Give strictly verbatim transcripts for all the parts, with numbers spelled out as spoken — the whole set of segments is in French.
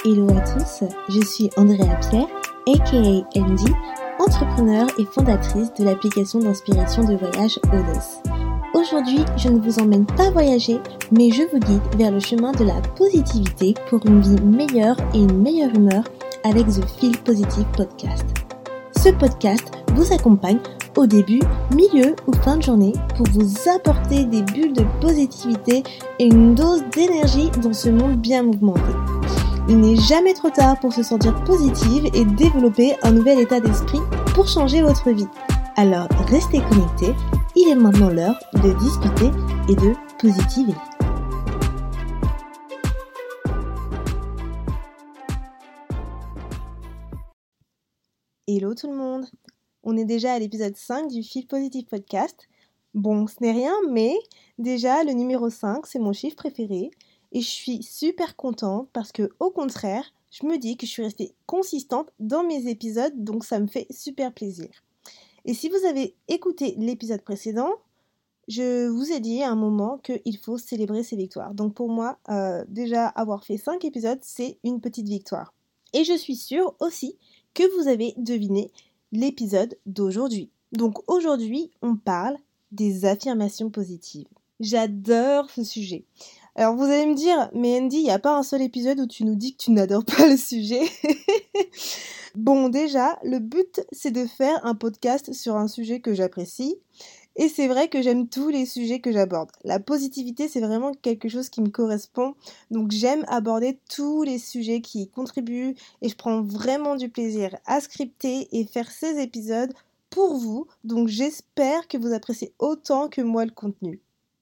Hello à tous, je suis Andrea Pierre, aka Andy, entrepreneur et fondatrice de l'application d'inspiration de voyage Odes. Aujourd'hui, je ne vous emmène pas voyager, mais je vous guide vers le chemin de la positivité pour une vie meilleure et une meilleure humeur avec The Feel Positive Podcast. Ce podcast vous accompagne au début, milieu ou fin de journée pour vous apporter des bulles de positivité et une dose d'énergie dans ce monde bien mouvementé. Il n'est jamais trop tard pour se sentir positive et développer un nouvel état d'esprit pour changer votre vie. Alors restez connectés, il est maintenant l'heure de discuter et de positiver. Hello tout le monde, on est déjà à l'épisode cinq du Feel Positive Podcast. Bon, ce n'est rien, mais déjà le numéro cinq, c'est mon chiffre préféré. Et je suis super contente parce que, au contraire, je me dis que je suis restée consistante dans mes épisodes, donc ça me fait super plaisir. Et si vous avez écouté l'épisode précédent, je vous ai dit à un moment qu'il faut célébrer ses victoires. Donc pour moi, euh, déjà avoir fait cinq épisodes, c'est une petite victoire. Et je suis sûre aussi que vous avez deviné l'épisode d'aujourd'hui. Donc aujourd'hui, on parle des affirmations positives. J'adore ce sujet. Alors vous allez me dire, mais Andy, il n'y a pas un seul épisode où tu nous dis que tu n'adores pas le sujet. Bon, déjà, le but, c'est de faire un podcast sur un sujet que j'apprécie. Et c'est vrai que j'aime tous les sujets que j'aborde. La positivité, c'est vraiment quelque chose qui me correspond. Donc j'aime aborder tous les sujets qui y contribuent. Et je prends vraiment du plaisir à scripter et faire ces épisodes pour vous. Donc j'espère que vous appréciez autant que moi le contenu.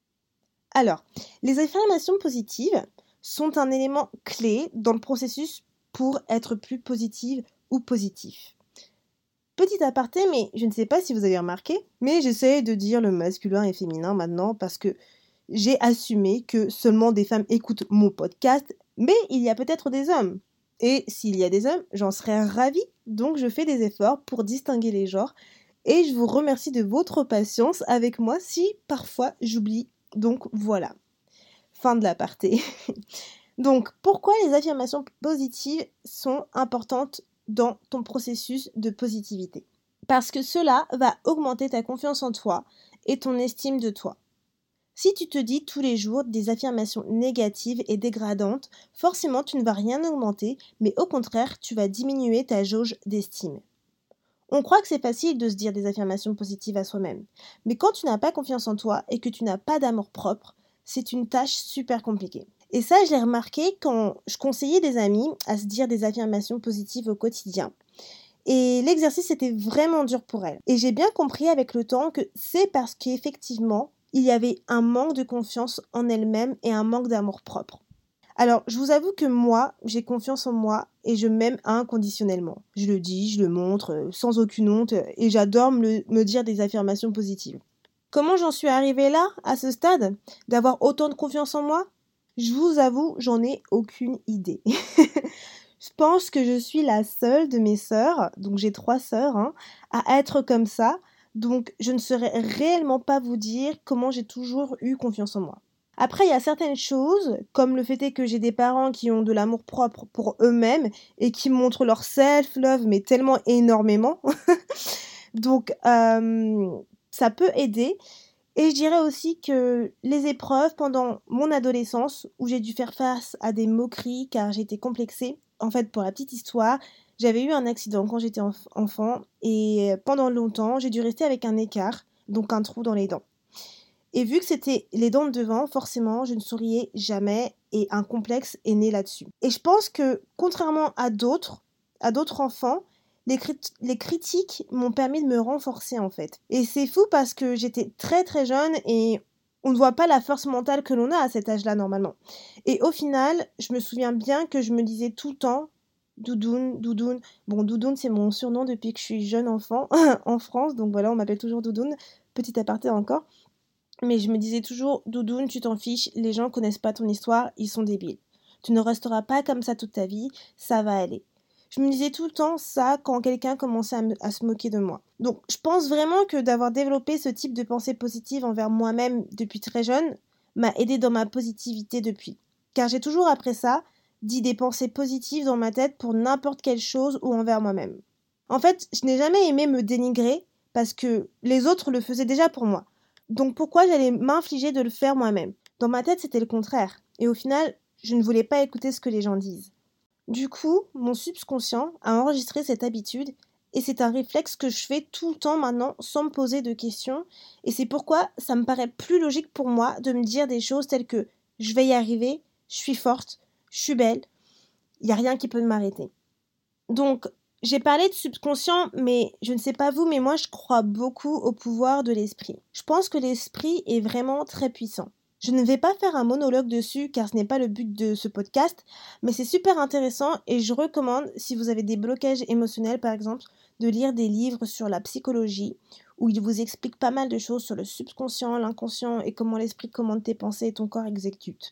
Alors, les affirmations positives sont un élément clé dans le processus pour être plus positive ou positif. Petit aparté, mais je ne sais pas si vous avez remarqué, mais j'essaie de dire le masculin et féminin maintenant parce que j'ai assumé que seulement des femmes écoutent mon podcast, mais il y a peut-être des hommes. Et s'il y a des hommes, j'en serais ravie, donc je fais des efforts pour distinguer les genres et je vous remercie de votre patience avec moi si parfois j'oublie. Donc voilà, fin de l'aparté. Donc pourquoi les affirmations positives sont importantes dans ton processus de positivité ? Parce que cela va augmenter ta confiance en toi et ton estime de toi. Si tu te dis tous les jours des affirmations négatives et dégradantes, forcément tu ne vas rien augmenter, mais au contraire tu vas diminuer ta jauge d'estime. On croit que c'est facile de se dire des affirmations positives à soi-même. Mais quand tu n'as pas confiance en toi et que tu n'as pas d'amour propre, c'est une tâche super compliquée. Et ça, je l'ai remarqué quand je conseillais des amis à se dire des affirmations positives au quotidien. Et l'exercice était vraiment dur pour elles. Et j'ai bien compris avec le temps que c'est parce qu'effectivement, il y avait un manque de confiance en elles-mêmes et un manque d'amour propre. Alors, je vous avoue que moi, j'ai confiance en moi et je m'aime inconditionnellement. Je le dis, je le montre, euh, sans aucune honte, et j'adore me, me dire des affirmations positives. Comment j'en suis arrivée là, à ce stade, d'avoir autant de confiance en moi ? Je vous avoue, j'en ai aucune idée. Je pense que je suis la seule de mes sœurs, donc j'ai trois sœurs, hein, à être comme ça, donc je ne saurais réellement pas vous dire comment j'ai toujours eu confiance en moi. Après, il y a certaines choses, comme le fait est que j'ai des parents qui ont de l'amour propre pour eux-mêmes et qui montrent leur self-love, mais tellement énormément. Donc, euh, ça peut aider. Et je dirais aussi que les épreuves pendant mon adolescence, où j'ai dû faire face à des moqueries car j'étais complexée. En fait, pour la petite histoire, j'avais eu un accident quand j'étais enf- enfant et pendant longtemps, j'ai dû rester avec un écart, donc un trou dans les dents. Et vu que c'était les dents de devant, forcément, je ne souriais jamais et un complexe est né là-dessus. Et je pense que, contrairement à d'autres, à d'autres enfants, les, crit- les critiques m'ont permis de me renforcer en fait. Et c'est fou parce que j'étais très très jeune et on ne voit pas la force mentale que l'on a à cet âge-là normalement. Et au final, je me souviens bien que je me disais tout le temps Doudoune, Doudoune. Bon, Doudoune, c'est mon surnom depuis que je suis jeune enfant en France, donc voilà, on m'appelle toujours Doudoune. Petit aparté encore. Mais je me disais toujours, Doudoune, tu t'en fiches, les gens connaissent pas ton histoire, ils sont débiles. Tu ne resteras pas comme ça toute ta vie, ça va aller. Je me disais tout le temps ça quand quelqu'un commençait à, me, à se moquer de moi. Donc je pense vraiment que d'avoir développé ce type de pensée positive envers moi-même depuis très jeune m'a aidé dans ma positivité depuis. Car j'ai toujours après ça dit des pensées positives dans ma tête pour n'importe quelle chose ou envers moi-même. En fait, je n'ai jamais aimé me dénigrer parce que les autres le faisaient déjà pour moi. Donc pourquoi j'allais m'infliger de le faire moi-même ? Dans ma tête, c'était le contraire. Et au final, je ne voulais pas écouter ce que les gens disent. Du coup, mon subconscient a enregistré cette habitude et c'est un réflexe que je fais tout le temps maintenant sans me poser de questions. Et c'est pourquoi ça me paraît plus logique pour moi de me dire des choses telles que « je vais y arriver »,« je suis forte »,« je suis belle », il n'y a rien qui peut m'arrêter. Donc, j'ai parlé de subconscient, mais je ne sais pas vous, mais moi je crois beaucoup au pouvoir de l'esprit. Je pense que l'esprit est vraiment très puissant. Je ne vais pas faire un monologue dessus car ce n'est pas le but de ce podcast, mais c'est super intéressant et je recommande, si vous avez des blocages émotionnels par exemple, de lire des livres sur la psychologie où il vous explique pas mal de choses sur le subconscient, l'inconscient et comment l'esprit commande tes pensées et ton corps exécute.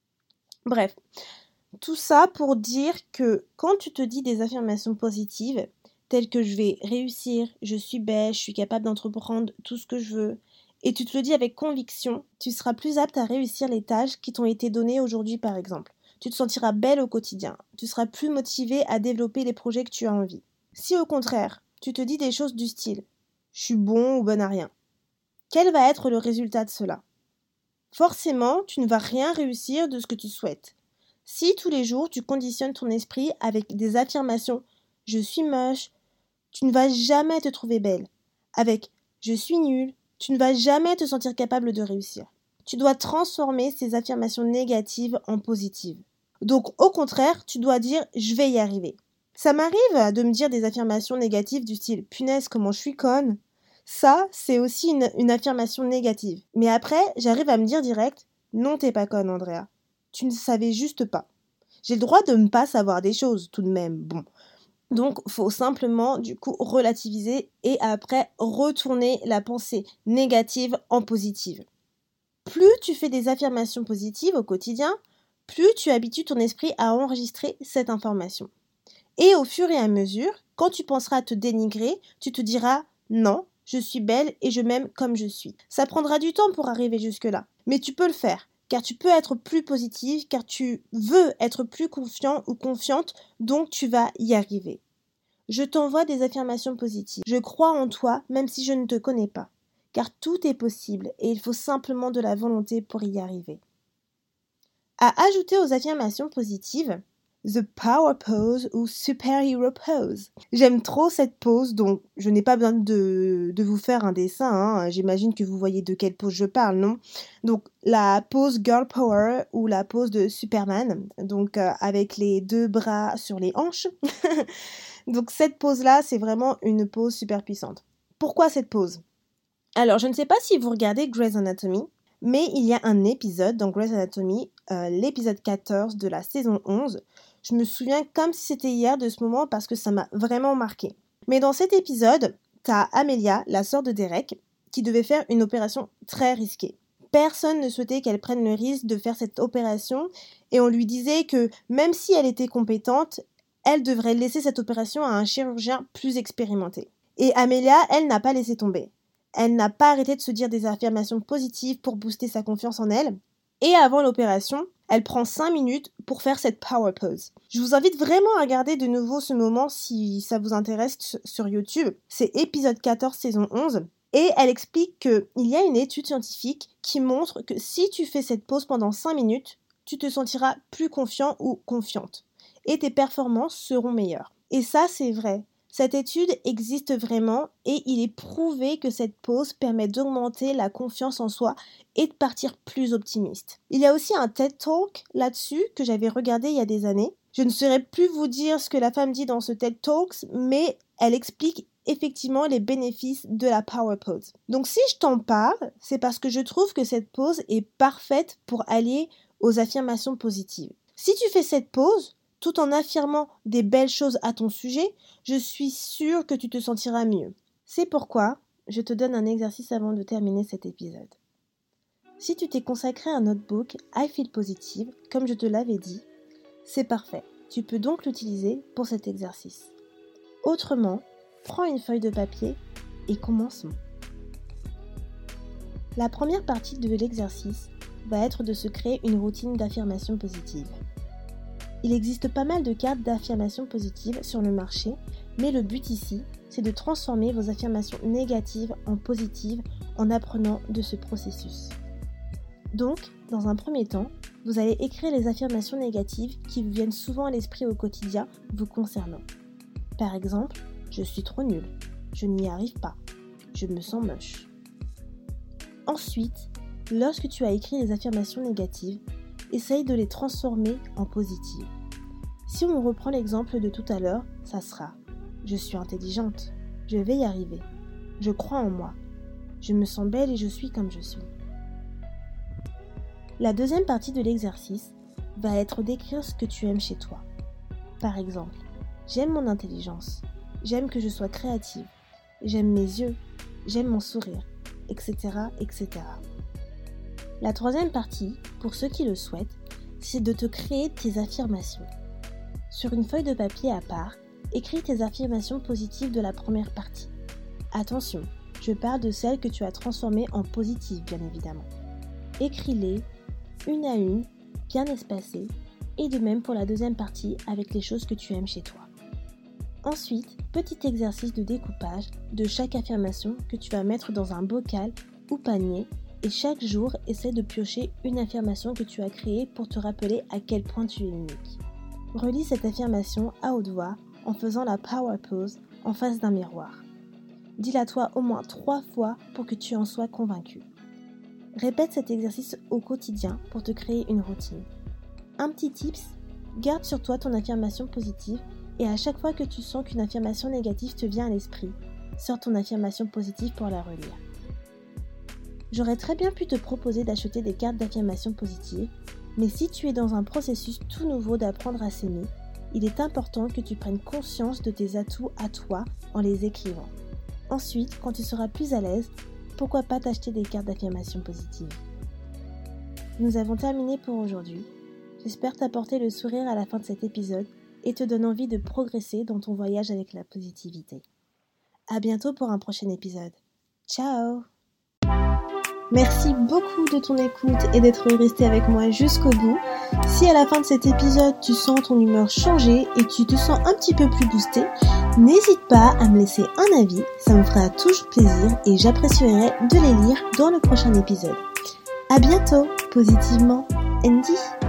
Bref. Tout ça pour dire que quand tu te dis des affirmations positives, telles que je vais réussir, je suis belle, je suis capable d'entreprendre tout ce que je veux, et tu te le dis avec conviction, tu seras plus apte à réussir les tâches qui t'ont été données aujourd'hui par exemple. Tu te sentiras belle au quotidien, tu seras plus motivée à développer les projets que tu as envie. Si au contraire, tu te dis des choses du style « je suis bon ou bonne à rien », quel va être le résultat de cela ? Forcément, tu ne vas rien réussir de ce que tu souhaites. Si tous les jours tu conditionnes ton esprit avec des affirmations « je suis moche », tu ne vas jamais te trouver belle. Avec « je suis nulle », tu ne vas jamais te sentir capable de réussir. Tu dois transformer ces affirmations négatives en positives. Donc au contraire, tu dois dire « je vais y arriver ». Ça m'arrive de me dire des affirmations négatives du style « punaise, comment je suis conne ». Ça, c'est aussi une, une affirmation négative. Mais après, j'arrive à me dire direct « non, t'es pas conne, Andrea. Tu ne savais juste pas. » J'ai le droit de ne pas savoir des choses tout de même. Bon. Donc, il faut simplement, du coup, relativiser et après retourner la pensée négative en positive. Plus tu fais des affirmations positives au quotidien, plus tu habitues ton esprit à enregistrer cette information. Et au fur et à mesure, quand tu penseras te dénigrer, tu te diras « non, je suis belle et je m'aime comme je suis ». Ça prendra du temps pour arriver jusque-là, mais tu peux le faire. Car tu peux être plus positive, car tu veux être plus confiant ou confiante, donc tu vas y arriver. Je t'envoie des affirmations positives. Je crois en toi, même si je ne te connais pas. Car tout est possible et il faut simplement de la volonté pour y arriver. À ajouter aux affirmations positives, The Power Pose ou Superhero Pose. J'aime trop cette pose, donc je n'ai pas besoin de, de vous faire un dessin. Hein. J'imagine que vous voyez de quelle pose je parle, non ? Donc la pose Girl Power ou la pose de Superman, donc euh, avec les deux bras sur les hanches. Donc cette pose-là, c'est vraiment une pose super puissante. Pourquoi cette pose ? Alors, je ne sais pas si vous regardez Grey's Anatomy, mais il y a un épisode dans Grey's Anatomy, euh, l'épisode quatorze de la saison onze. Je me souviens comme si c'était hier de ce moment parce que ça m'a vraiment marqué. Mais dans cet épisode, t'as Amelia, la sœur de Derek, qui devait faire une opération très risquée. Personne ne souhaitait qu'elle prenne le risque de faire cette opération et on lui disait que même si elle était compétente, elle devrait laisser cette opération à un chirurgien plus expérimenté. Et Amelia, elle n'a pas laissé tomber. Elle n'a pas arrêté de se dire des affirmations positives pour booster sa confiance en elle. Et avant l'opération, elle prend cinq minutes pour faire cette power pose. Je vous invite vraiment à regarder de nouveau ce moment si ça vous intéresse sur YouTube. C'est épisode quatorze, saison onze. Et elle explique qu'il y a une étude scientifique qui montre que si tu fais cette pause pendant cinq minutes, tu te sentiras plus confiant ou confiante. Et tes performances seront meilleures. Et ça, c'est vrai. Cette étude existe vraiment et il est prouvé que cette pause permet d'augmenter la confiance en soi et de partir plus optimiste. Il y a aussi un TED Talk là-dessus que j'avais regardé il y a des années. Je ne saurais plus vous dire ce que la femme dit dans ce TED Talks, mais elle explique effectivement les bénéfices de la Power Pose. Donc si je t'en parle, c'est parce que je trouve que cette pause est parfaite pour allier aux affirmations positives. Si tu fais cette pause, tout en affirmant des belles choses à ton sujet, je suis sûre que tu te sentiras mieux. C'est pourquoi je te donne un exercice avant de terminer cet épisode. Si tu t'es consacré un notebook I Feel Positive, comme je te l'avais dit, c'est parfait. Tu peux donc l'utiliser pour cet exercice. Autrement, prends une feuille de papier et commençons. La première partie de l'exercice va être de se créer une routine d'affirmation positive. Il existe pas mal de cartes d'affirmation positive sur le marché, mais le but ici, c'est de transformer vos affirmations négatives en positives en apprenant de ce processus. Donc, dans un premier temps, vous allez écrire les affirmations négatives qui vous viennent souvent à l'esprit au quotidien vous concernant. Par exemple, je suis trop nulle, je n'y arrive pas, je me sens moche. Ensuite, lorsque tu as écrit les affirmations négatives, essaye de les transformer en positives. Si on reprend l'exemple de tout à l'heure, ça sera « Je suis intelligente, je vais y arriver, je crois en moi, je me sens belle et je suis comme je suis ». La deuxième partie de l'exercice va être d'écrire ce que tu aimes chez toi. Par exemple, j'aime mon intelligence, j'aime que je sois créative, j'aime mes yeux, j'aime mon sourire, et cetera, et cetera. La troisième partie, pour ceux qui le souhaitent, c'est de te créer tes affirmations. Sur une feuille de papier à part, écris tes affirmations positives de la première partie. Attention, je parle de celles que tu as transformées en positives, bien évidemment. Écris-les, une à une, bien espacées, et de même pour la deuxième partie avec les choses que tu aimes chez toi. Ensuite, petit exercice de découpage de chaque affirmation que tu vas mettre dans un bocal ou panier et chaque jour, essaie de piocher une affirmation que tu as créée pour te rappeler à quel point tu es unique. Relis cette affirmation à haute voix en faisant la power pose en face d'un miroir. Dis-la toi au moins trois fois pour que tu en sois convaincu. Répète cet exercice au quotidien pour te créer une routine. Un petit tips, garde sur toi ton affirmation positive et à chaque fois que tu sens qu'une affirmation négative te vient à l'esprit, sors ton affirmation positive pour la relire. J'aurais très bien pu te proposer d'acheter des cartes d'affirmation positive, mais si tu es dans un processus tout nouveau d'apprendre à s'aimer, il est important que tu prennes conscience de tes atouts à toi en les écrivant. Ensuite, quand tu seras plus à l'aise, pourquoi pas t'acheter des cartes d'affirmation positive. Nous avons terminé pour aujourd'hui. J'espère t'apporter le sourire à la fin de cet épisode et te donne envie de progresser dans ton voyage avec la positivité. À bientôt pour un prochain épisode. Ciao! Merci beaucoup de ton écoute et d'être resté avec moi jusqu'au bout. Si à la fin de cet épisode, tu sens ton humeur changer et tu te sens un petit peu plus boosté, n'hésite pas à me laisser un avis, ça me fera toujours plaisir et j'apprécierais de les lire dans le prochain épisode. À bientôt, positivement, Andy.